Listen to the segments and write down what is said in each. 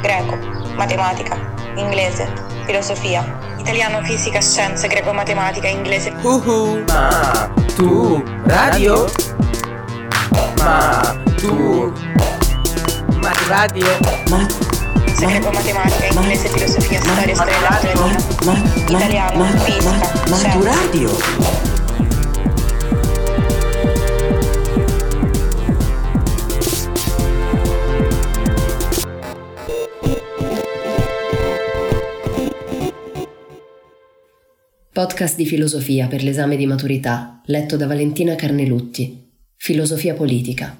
greco, matematica, inglese, filosofia, italiano, fisica, scienze, greco, matematica, inglese. Ma tu radio? Ma tu radio? Greco, matematica, inglese, filosofia, storia, letteratura, italiano, fisica, ma tu radio? Podcast di filosofia per l'esame di maturità, letto da Valentina Carnelutti. Filosofia politica.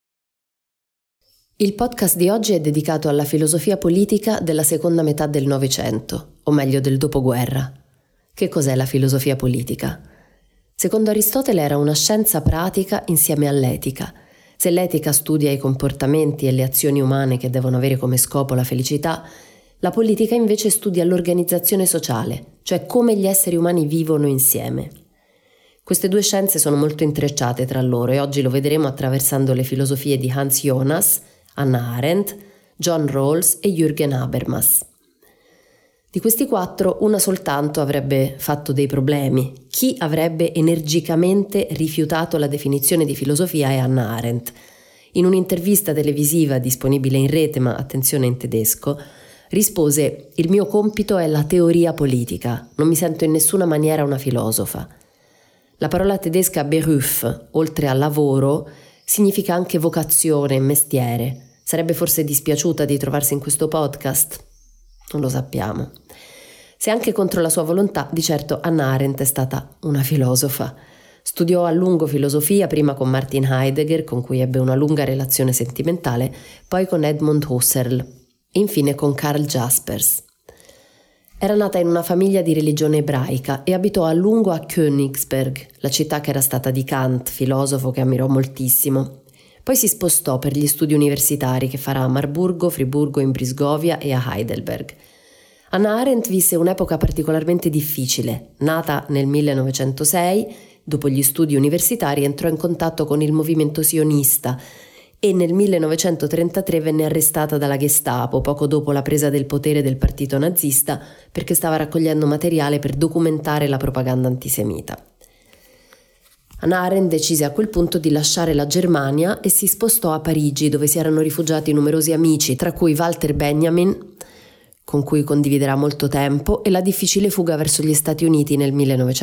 Il podcast di oggi è dedicato alla filosofia politica della seconda metà del Novecento, o meglio del dopoguerra. Che cos'è la filosofia politica? Secondo Aristotele era una scienza pratica insieme all'etica. Se l'etica studia i comportamenti e le azioni umane che devono avere come scopo la felicità, la politica invece studia l'organizzazione sociale, cioè come gli esseri umani vivono insieme. Queste due scienze sono molto intrecciate tra loro e oggi lo vedremo attraversando le filosofie di Hans Jonas, Hannah Arendt, John Rawls e Jürgen Habermas. Di questi quattro, una soltanto avrebbe fatto dei problemi. Chi avrebbe energicamente rifiutato la definizione di filosofia è Hannah Arendt. In un'intervista televisiva disponibile in rete, ma attenzione in tedesco, rispose: «Il mio compito è la teoria politica, non mi sento in nessuna maniera una filosofa». La parola tedesca Beruf, oltre a lavoro, significa anche vocazione, mestiere. Sarebbe forse dispiaciuta di trovarsi in questo podcast? Non lo sappiamo. Se anche contro la sua volontà, di certo Hannah Arendt è stata una filosofa. Studiò a lungo filosofia, prima con Martin Heidegger, con cui ebbe una lunga relazione sentimentale, poi con Edmund Husserl, e infine con Karl Jaspers. Era nata in una famiglia di religione ebraica e abitò a lungo a Königsberg, la città che era stata di Kant, filosofo che ammirò moltissimo. Poi si spostò per gli studi universitari che farà a Marburgo, Friburgo in Brisgovia e a Heidelberg. Hannah Arendt visse un'epoca particolarmente difficile. Nata nel 1906, dopo gli studi universitari entrò in contatto con il movimento sionista e nel 1933 venne arrestata dalla Gestapo poco dopo la presa del potere del partito nazista perché stava raccogliendo materiale per documentare la propaganda antisemita. Hannah Arendt decise a quel punto di lasciare la Germania e si spostò a Parigi, dove si erano rifugiati numerosi amici, tra cui Walter Benjamin, con cui condividerà molto tempo, e la difficile fuga verso gli Stati Uniti nel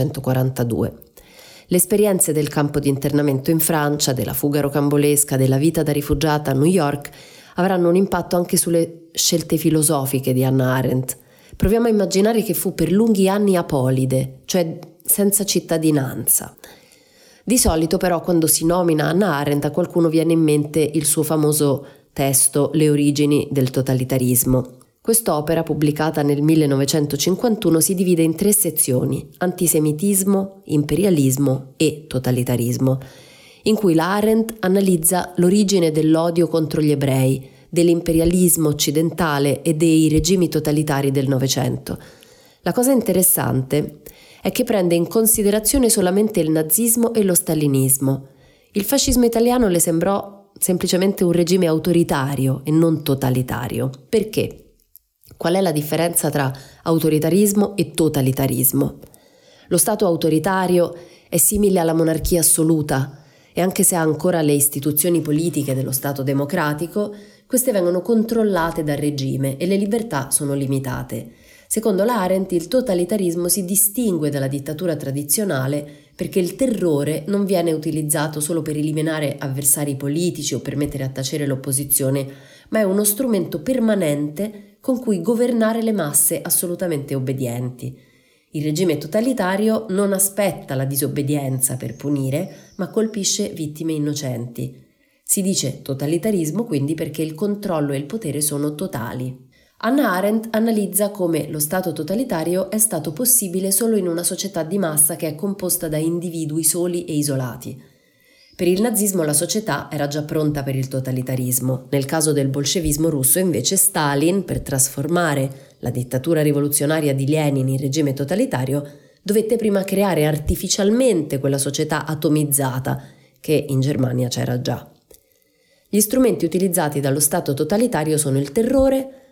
1942. Le esperienze del campo di internamento in Francia, della fuga rocambolesca, della vita da rifugiata a New York avranno un impatto anche sulle scelte filosofiche di Hannah Arendt. Proviamo a immaginare che fu per lunghi anni apolide, cioè senza cittadinanza. Di solito però quando si nomina Hannah Arendt a qualcuno viene in mente il suo famoso testo Le origini del totalitarismo. Quest'opera, pubblicata nel 1951, si divide in 3 sezioni: antisemitismo, imperialismo e totalitarismo, in cui la Arendt analizza l'origine dell'odio contro gli ebrei, dell'imperialismo occidentale e dei regimi totalitari del Novecento. La cosa interessante è che prende in considerazione solamente il nazismo e lo stalinismo. Il fascismo italiano le sembrò semplicemente un regime autoritario e non totalitario. Perché? Qual è la differenza tra autoritarismo e totalitarismo? Lo Stato autoritario è simile alla monarchia assoluta e anche se ha ancora le istituzioni politiche dello Stato democratico, queste vengono controllate dal regime e le libertà sono limitate. Secondo la Arendt, il totalitarismo si distingue dalla dittatura tradizionale perché il terrore non viene utilizzato solo per eliminare avversari politici o per mettere a tacere l'opposizione, ma è uno strumento permanente con cui governare le masse assolutamente obbedienti. Il regime totalitario non aspetta la disobbedienza per punire, ma colpisce vittime innocenti. Si dice totalitarismo quindi perché il controllo e il potere sono totali. Hannah Arendt analizza come lo Stato totalitario è stato possibile solo in una società di massa che è composta da individui soli e isolati. Per il nazismo la società era già pronta per il totalitarismo. Nel caso del bolscevismo russo invece Stalin, per trasformare la dittatura rivoluzionaria di Lenin in regime totalitario, dovette prima creare artificialmente quella società atomizzata che in Germania c'era già. Gli strumenti utilizzati dallo Stato totalitario sono il terrore,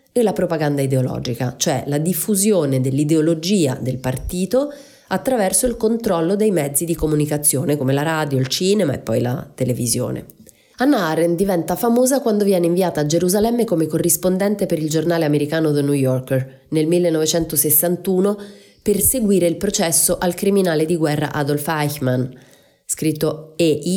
e la propaganda ideologica, cioè la diffusione dell'ideologia del partito attraverso il controllo dei mezzi di comunicazione come la radio, il cinema e poi la televisione. Hannah Arendt diventa famosa quando viene inviata a Gerusalemme come corrispondente per il giornale americano The New Yorker nel 1961 per seguire il processo al criminale di guerra Adolf Eichmann, scritto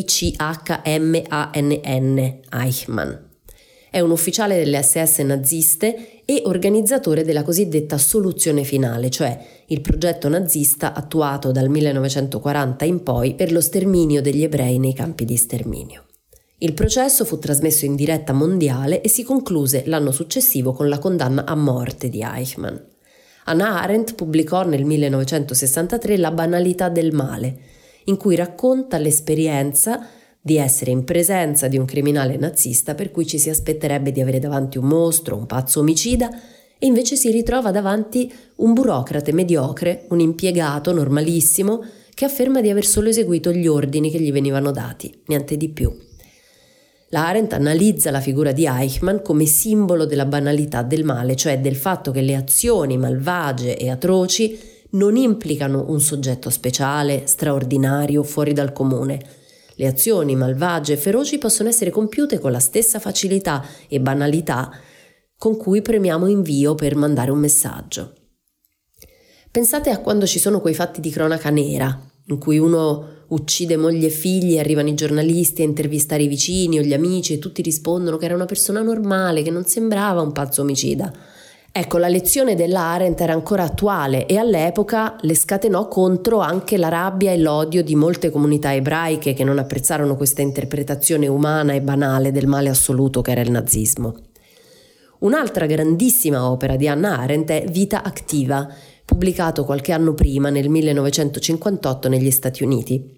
Eichmann, Eichmann. È un ufficiale delle SS naziste e organizzatore della cosiddetta soluzione finale, cioè il progetto nazista attuato dal 1940 in poi per lo sterminio degli ebrei nei campi di sterminio. Il processo fu trasmesso in diretta mondiale e si concluse l'anno successivo con la condanna a morte di Eichmann. Hannah Arendt pubblicò nel 1963 La banalità del male, in cui racconta l'esperienza di essere in presenza di un criminale nazista per cui ci si aspetterebbe di avere davanti un mostro, un pazzo omicida, e invece si ritrova davanti un burocrate mediocre, un impiegato normalissimo che afferma di aver solo eseguito gli ordini che gli venivano dati, niente di più. La Arendt analizza la figura di Eichmann come simbolo della banalità del male, cioè del fatto che le azioni malvagie e atroci non implicano un soggetto speciale, straordinario, fuori dal comune. Le azioni malvagie e feroci possono essere compiute con la stessa facilità e banalità con cui premiamo invio per mandare un messaggio. Pensate a quando ci sono quei fatti di cronaca nera, in cui uno uccide moglie e figli e arrivano i giornalisti a intervistare i vicini o gli amici e tutti rispondono che era una persona normale, che non sembrava un pazzo omicida. Ecco, la lezione dell'Arendt era ancora attuale e all'epoca le scatenò contro anche la rabbia e l'odio di molte comunità ebraiche che non apprezzarono questa interpretazione umana e banale del male assoluto che era il nazismo. Un'altra grandissima opera di Hannah Arendt è Vita attiva, pubblicato qualche anno prima, nel 1958, negli Stati Uniti.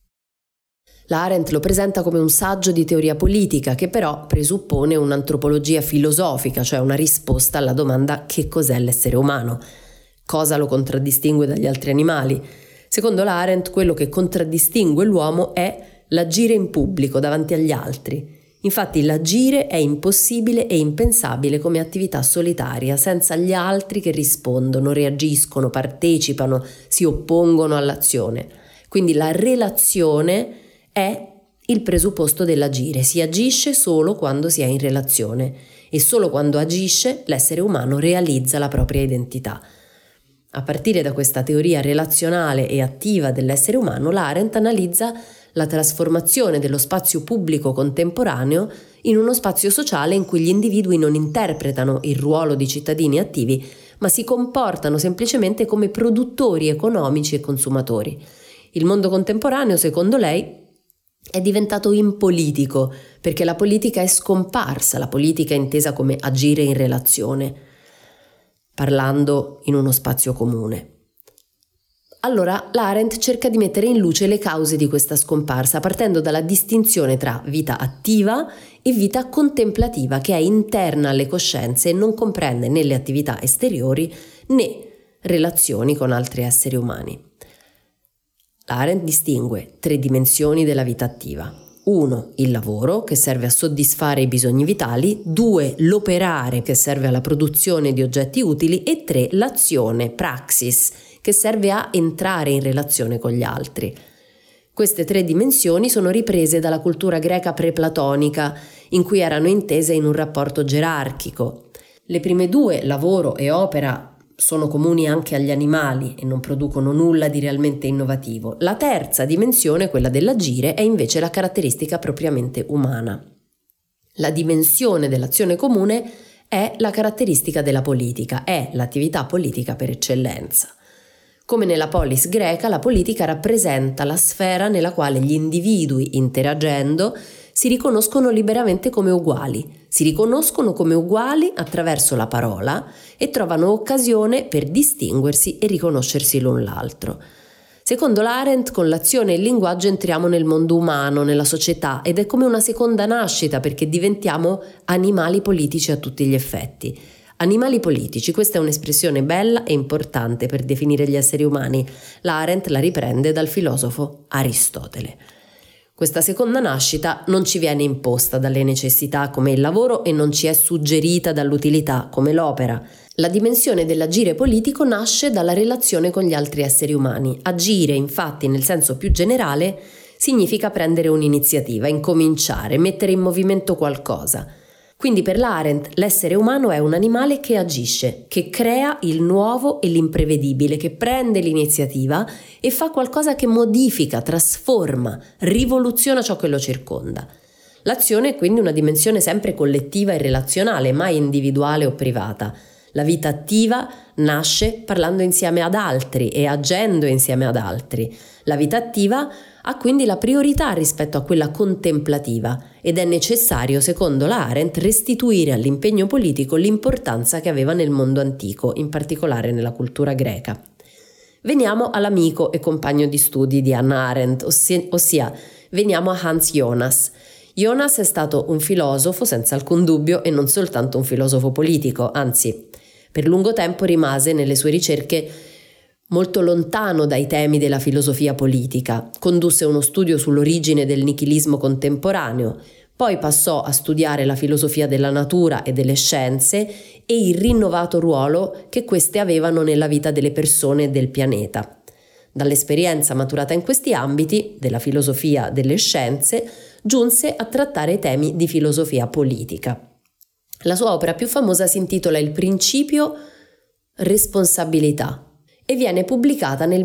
La Arendt lo presenta come un saggio di teoria politica che però presuppone un'antropologia filosofica, cioè una risposta alla domanda che cos'è l'essere umano, cosa lo contraddistingue dagli altri animali. Secondo la Arendt quello che contraddistingue l'uomo è l'agire in pubblico davanti agli altri. Infatti l'agire è impossibile e impensabile come attività solitaria, senza gli altri che rispondono, reagiscono, partecipano, si oppongono all'azione. Quindi la relazione è il presupposto dell'agire, si agisce solo quando si è in relazione e solo quando agisce l'essere umano realizza la propria identità. A partire da questa teoria relazionale e attiva dell'essere umano, l'Arendt analizza la trasformazione dello spazio pubblico contemporaneo in uno spazio sociale in cui gli individui non interpretano il ruolo di cittadini attivi, ma si comportano semplicemente come produttori economici e consumatori. Il mondo contemporaneo, secondo lei, è diventato impolitico, perché la politica è scomparsa, la politica è intesa come agire in relazione, parlando in uno spazio comune. Allora l'Arendt cerca di mettere in luce le cause di questa scomparsa, partendo dalla distinzione tra vita attiva e vita contemplativa, che è interna alle coscienze e non comprende né le attività esteriori né relazioni con altri esseri umani. Arendt distingue 3 dimensioni della vita attiva. 1. Il lavoro, che serve a soddisfare i bisogni vitali. 2. L'operare, che serve alla produzione di oggetti utili. E 3. L'azione, praxis, che serve a entrare in relazione con gli altri. Queste 3 dimensioni sono riprese dalla cultura greca preplatonica, in cui erano intese in un rapporto gerarchico. Le prime 2, lavoro e opera, sono comuni anche agli animali e non producono nulla di realmente innovativo. La terza dimensione, quella dell'agire, è invece la caratteristica propriamente umana. La dimensione dell'azione comune è la caratteristica della politica, è l'attività politica per eccellenza. Come nella polis greca, la politica rappresenta la sfera nella quale gli individui, interagendo, si riconoscono liberamente come uguali. Si riconoscono come uguali attraverso la parola e trovano occasione per distinguersi e riconoscersi l'un l'altro. Secondo l'Arendt, con l'azione e il linguaggio entriamo nel mondo umano, nella società, ed è come una seconda nascita perché diventiamo animali politici a tutti gli effetti. Animali politici, questa è un'espressione bella e importante per definire gli esseri umani. L'Arendt la riprende dal filosofo Aristotele. Questa seconda nascita non ci viene imposta dalle necessità come il lavoro e non ci è suggerita dall'utilità come l'opera. La dimensione dell'agire politico nasce dalla relazione con gli altri esseri umani. Agire, infatti, nel senso più generale, significa prendere un'iniziativa, incominciare, mettere in movimento qualcosa. Quindi per l'Arendt l'essere umano è un animale che agisce, che crea il nuovo e l'imprevedibile, che prende l'iniziativa e fa qualcosa che modifica, trasforma, rivoluziona ciò che lo circonda. L'azione è quindi una dimensione sempre collettiva e relazionale, mai individuale o privata. La vita attiva nasce parlando insieme ad altri e agendo insieme ad altri. La vita attiva ha quindi la priorità rispetto a quella contemplativa ed è necessario, secondo la Arendt, restituire all'impegno politico l'importanza che aveva nel mondo antico, in particolare nella cultura greca. Veniamo all'amico e compagno di studi di Hannah Arendt, ossia veniamo a Hans Jonas. Jonas è stato un filosofo senza alcun dubbio e non soltanto un filosofo politico, anzi, per lungo tempo rimase nelle sue ricerche molto lontano dai temi della filosofia politica. Condusse uno studio sull'origine del nichilismo contemporaneo, poi passò a studiare la filosofia della natura e delle scienze e il rinnovato ruolo che queste avevano nella vita delle persone e del pianeta. Dall'esperienza maturata in questi ambiti, della filosofia delle scienze, giunse a trattare temi di filosofia politica. La sua opera più famosa si intitola Il principio responsabilità e viene pubblicata nel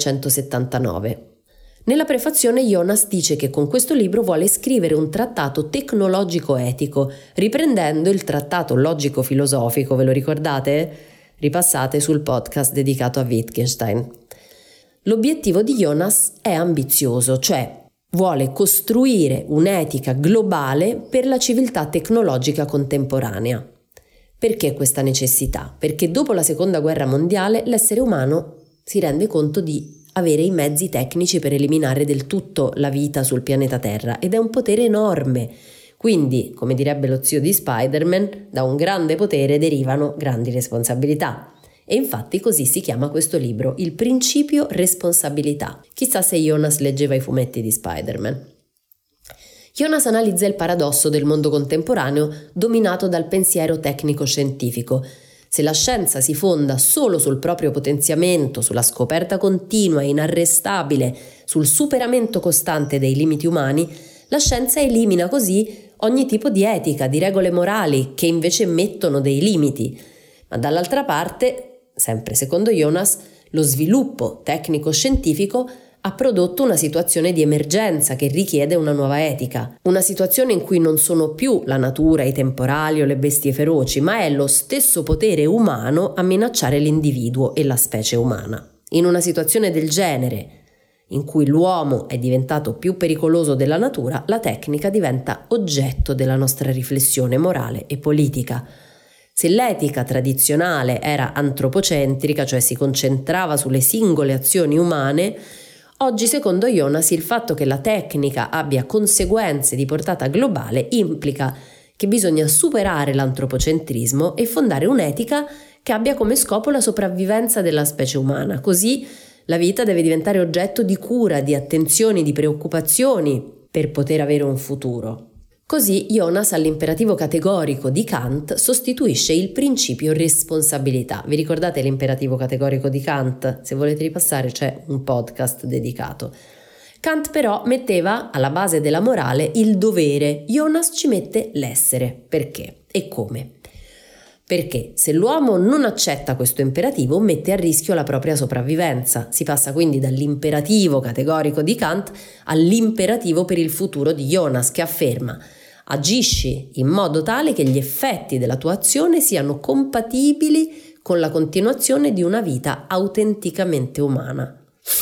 1979. Nella prefazione Jonas dice che con questo libro vuole scrivere un trattato tecnologico-etico, riprendendo il trattato logico-filosofico, ve lo ricordate? Ripassate sul podcast dedicato a Wittgenstein. L'obiettivo di Jonas è ambizioso, cioè vuole costruire un'etica globale per la civiltà tecnologica contemporanea. Perché questa necessità? Perché dopo la Seconda Guerra Mondiale l'essere umano si rende conto di avere i mezzi tecnici per eliminare del tutto la vita sul pianeta Terra ed è un potere enorme. Quindi, come direbbe lo zio di Spider-Man, da un grande potere derivano grandi responsabilità. E infatti così si chiama questo libro, Il principio responsabilità. Chissà se Jonas leggeva i fumetti di Spider-Man. Jonas analizza il paradosso del mondo contemporaneo dominato dal pensiero tecnico-scientifico. Se la scienza si fonda solo sul proprio potenziamento, sulla scoperta continua e inarrestabile, sul superamento costante dei limiti umani, la scienza elimina così ogni tipo di etica, di regole morali che invece mettono dei limiti. Ma dall'altra parte, sempre secondo Jonas, lo sviluppo tecnico-scientifico ha prodotto una situazione di emergenza che richiede una nuova etica, una situazione in cui non sono più la natura, i temporali o le bestie feroci, ma è lo stesso potere umano a minacciare l'individuo e la specie umana. In una situazione del genere, in cui l'uomo è diventato più pericoloso della natura, la tecnica diventa oggetto della nostra riflessione morale e politica. Se l'etica tradizionale era antropocentrica, cioè si concentrava sulle singole azioni umane, oggi, secondo Jonas, il fatto che la tecnica abbia conseguenze di portata globale implica che bisogna superare l'antropocentrismo e fondare un'etica che abbia come scopo la sopravvivenza della specie umana. Così la vita deve diventare oggetto di cura, di attenzioni, di preoccupazioni per poter avere un futuro. Così Jonas all'imperativo categorico di Kant sostituisce il principio responsabilità. Vi ricordate l'imperativo categorico di Kant? Se volete ripassare c'è un podcast dedicato. Kant però metteva alla base della morale il dovere, Jonas ci mette l'essere. Perché? E come? Perché se l'uomo non accetta questo imperativo mette a rischio la propria sopravvivenza. Si passa quindi dall'imperativo categorico di Kant all'imperativo per il futuro di Jonas, che afferma: agisci in modo tale che gli effetti della tua azione siano compatibili con la continuazione di una vita autenticamente umana.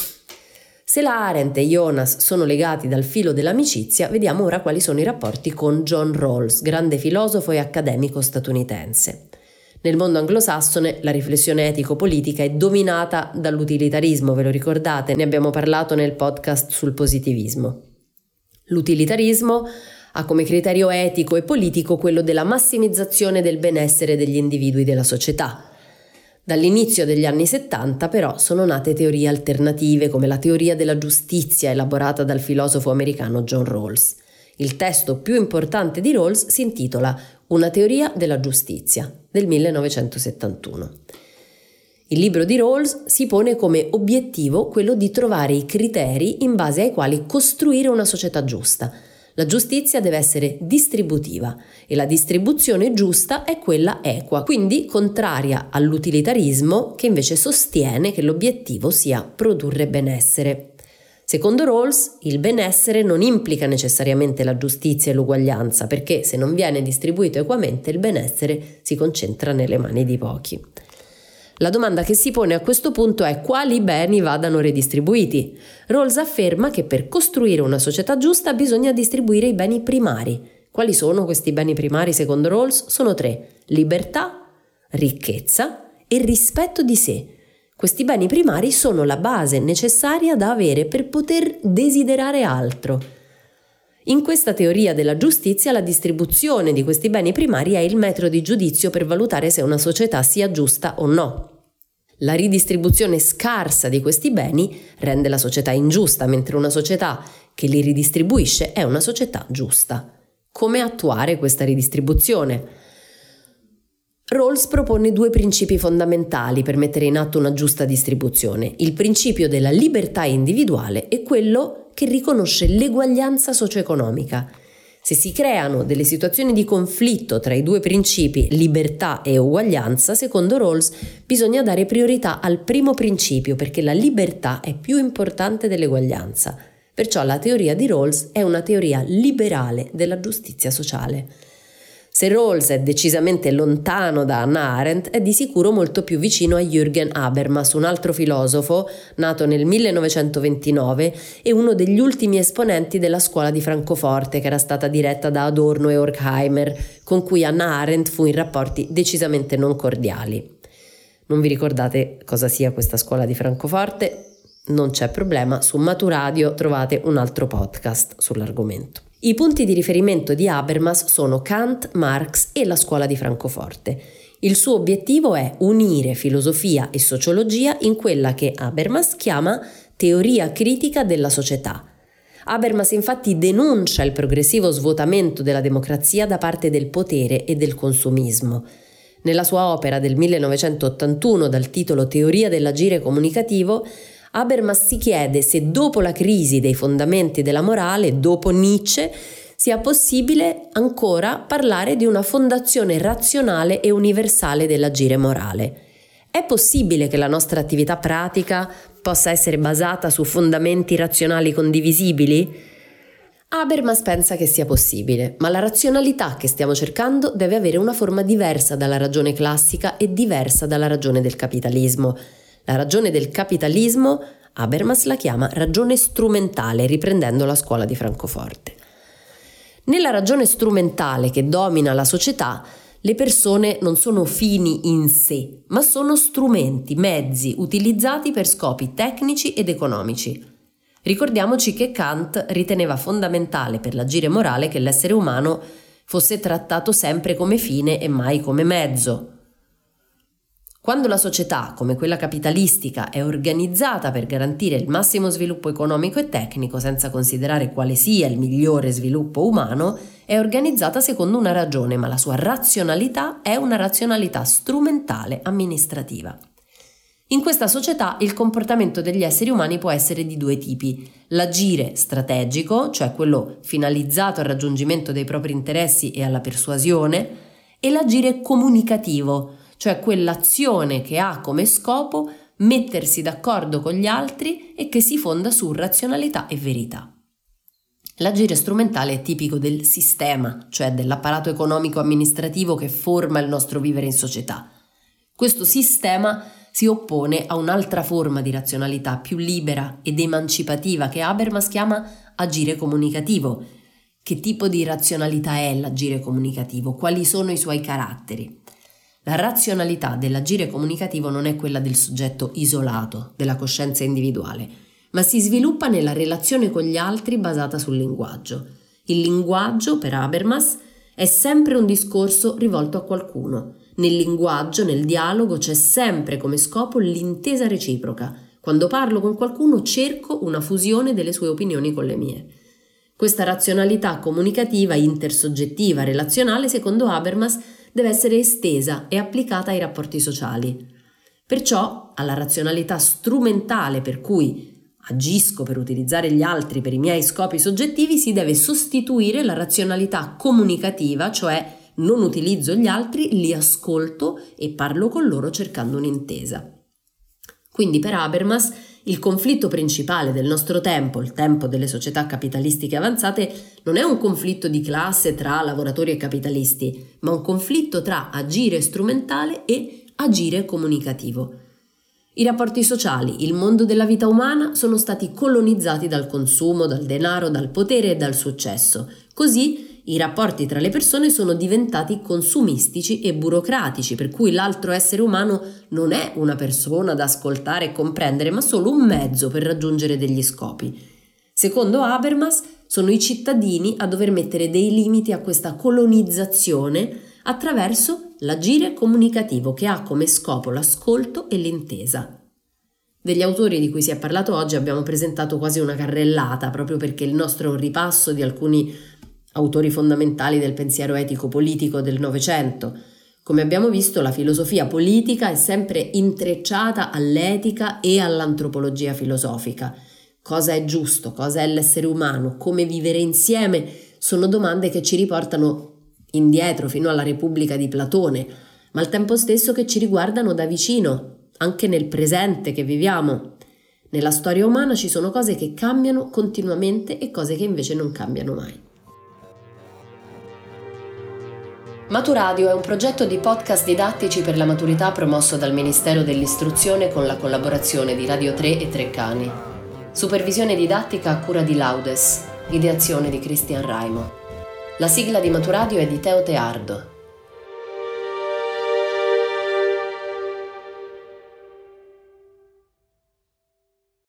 Se la Arendt e Jonas sono legati dal filo dell'amicizia, vediamo ora quali sono i rapporti con John Rawls, grande filosofo e accademico statunitense. Nel mondo anglosassone la riflessione etico-politica è dominata dall'utilitarismo, ve lo ricordate? Ne abbiamo parlato nel podcast sul positivismo. L'utilitarismo ha come criterio etico e politico quello della massimizzazione del benessere degli individui della società. Dall'inizio degli anni 70 però sono nate teorie alternative come la teoria della giustizia elaborata dal filosofo americano John Rawls. Il testo più importante di Rawls si intitola Una teoria della giustizia del 1971. Il libro di Rawls si pone come obiettivo quello di trovare i criteri in base ai quali costruire una società giusta. La giustizia deve essere distributiva e la distribuzione giusta è quella equa, quindi contraria all'utilitarismo che invece sostiene che l'obiettivo sia produrre benessere. Secondo Rawls, il benessere non implica necessariamente la giustizia e l'uguaglianza, perché se non viene distribuito equamente il benessere si concentra nelle mani di pochi. La domanda che si pone a questo punto è quali beni vadano redistribuiti. Rawls afferma che per costruire una società giusta bisogna distribuire i beni primari. Quali sono questi beni primari secondo Rawls? Sono 3: libertà, ricchezza e rispetto di sé. Questi beni primari sono la base necessaria da avere per poter desiderare altro. In questa teoria della giustizia la distribuzione di questi beni primari è il metro di giudizio per valutare se una società sia giusta o no. La ridistribuzione scarsa di questi beni rende la società ingiusta, mentre una società che li ridistribuisce è una società giusta. Come attuare questa ridistribuzione? Rawls propone 2 principi fondamentali per mettere in atto una giusta distribuzione: il principio della libertà individuale e quello che riconosce l'eguaglianza socio-economica. Se si creano delle situazioni di conflitto tra i 2 principi, libertà e uguaglianza, secondo Rawls bisogna dare priorità al primo principio perché la libertà è più importante dell'eguaglianza. Perciò la teoria di Rawls è una teoria liberale della giustizia sociale. Se Rawls è decisamente lontano da Hannah Arendt, è di sicuro molto più vicino a Jürgen Habermas, un altro filosofo nato nel 1929 e uno degli ultimi esponenti della scuola di Francoforte, che era stata diretta da Adorno e Horkheimer, con cui Hannah Arendt fu in rapporti decisamente non cordiali. Non vi ricordate cosa sia questa scuola di Francoforte? Non c'è problema, su Maturadio trovate un altro podcast sull'argomento. I punti di riferimento di Habermas sono Kant, Marx e la scuola di Francoforte. Il suo obiettivo è unire filosofia e sociologia in quella che Habermas chiama teoria critica della società. Habermas infatti denuncia il progressivo svuotamento della democrazia da parte del potere e del consumismo. Nella sua opera del 1981 dal titolo Teoria dell'agire comunicativo, Habermas si chiede se dopo la crisi dei fondamenti della morale, dopo Nietzsche, sia possibile ancora parlare di una fondazione razionale e universale dell'agire morale. È possibile che la nostra attività pratica possa essere basata su fondamenti razionali condivisibili? Habermas pensa che sia possibile, ma la razionalità che stiamo cercando deve avere una forma diversa dalla ragione classica e diversa dalla ragione del capitalismo. La ragione del capitalismo, Habermas la chiama ragione strumentale, riprendendo la scuola di Francoforte. Nella ragione strumentale che domina la società, le persone non sono fini in sé, ma sono strumenti, mezzi utilizzati per scopi tecnici ed economici. Ricordiamoci che Kant riteneva fondamentale per l'agire morale che l'essere umano fosse trattato sempre come fine e mai come mezzo. Quando la società, come quella capitalistica, è organizzata per garantire il massimo sviluppo economico e tecnico senza considerare quale sia il migliore sviluppo umano, è organizzata secondo una ragione, ma la sua razionalità è una razionalità strumentale amministrativa. In questa società il comportamento degli esseri umani può essere di 2 tipi: l'agire strategico, cioè quello finalizzato al raggiungimento dei propri interessi e alla persuasione, e l'agire comunicativo, cioè quell'azione che ha come scopo mettersi d'accordo con gli altri e che si fonda su razionalità e verità. L'agire strumentale è tipico del sistema, cioè dell'apparato economico-amministrativo che forma il nostro vivere in società. Questo sistema si oppone a un'altra forma di razionalità più libera ed emancipativa che Habermas chiama agire comunicativo. Che tipo di razionalità è l'agire comunicativo? Quali sono i suoi caratteri? La razionalità dell'agire comunicativo non è quella del soggetto isolato, della coscienza individuale, ma si sviluppa nella relazione con gli altri basata sul linguaggio. Il linguaggio, per Habermas, è sempre un discorso rivolto a qualcuno. Nel linguaggio, nel dialogo, c'è sempre come scopo l'intesa reciproca. Quando parlo con qualcuno cerco una fusione delle sue opinioni con le mie. Questa razionalità comunicativa, intersoggettiva, relazionale, secondo Habermas, deve essere estesa e applicata ai rapporti sociali. Perciò, alla razionalità strumentale per cui agisco per utilizzare gli altri per i miei scopi soggettivi, si deve sostituire la razionalità comunicativa, cioè non utilizzo gli altri, li ascolto e parlo con loro cercando un'intesa. Quindi per Habermas il conflitto principale del nostro tempo, il tempo delle società capitalistiche avanzate, non è un conflitto di classe tra lavoratori e capitalisti, ma un conflitto tra agire strumentale e agire comunicativo. I rapporti sociali, il mondo della vita umana sono stati colonizzati dal consumo, dal denaro, dal potere e dal successo. Così i rapporti tra le persone sono diventati consumistici e burocratici, per cui l'altro essere umano non è una persona da ascoltare e comprendere, ma solo un mezzo per raggiungere degli scopi. Secondo Habermas, sono i cittadini a dover mettere dei limiti a questa colonizzazione attraverso l'agire comunicativo che ha come scopo l'ascolto e l'intesa. Degli autori di cui si è parlato oggi abbiamo presentato quasi una carrellata, proprio perché il nostro è un ripasso di alcuni autori fondamentali del pensiero etico-politico del Novecento. Come abbiamo visto, la filosofia politica è sempre intrecciata all'etica e all'antropologia filosofica. Cosa è giusto? Cosa è l'essere umano? Come vivere insieme? Sono domande che ci riportano indietro fino alla Repubblica di Platone, ma al tempo stesso che ci riguardano da vicino, anche nel presente che viviamo. Nella storia umana ci sono cose che cambiano continuamente e cose che invece non cambiano mai. Maturadio è un progetto di podcast didattici per la maturità promosso dal Ministero dell'Istruzione con la collaborazione di Radio 3 e Treccani. Supervisione didattica a cura di Laudes, ideazione di Cristian Raimo. La sigla di Maturadio è di Teo Teardo.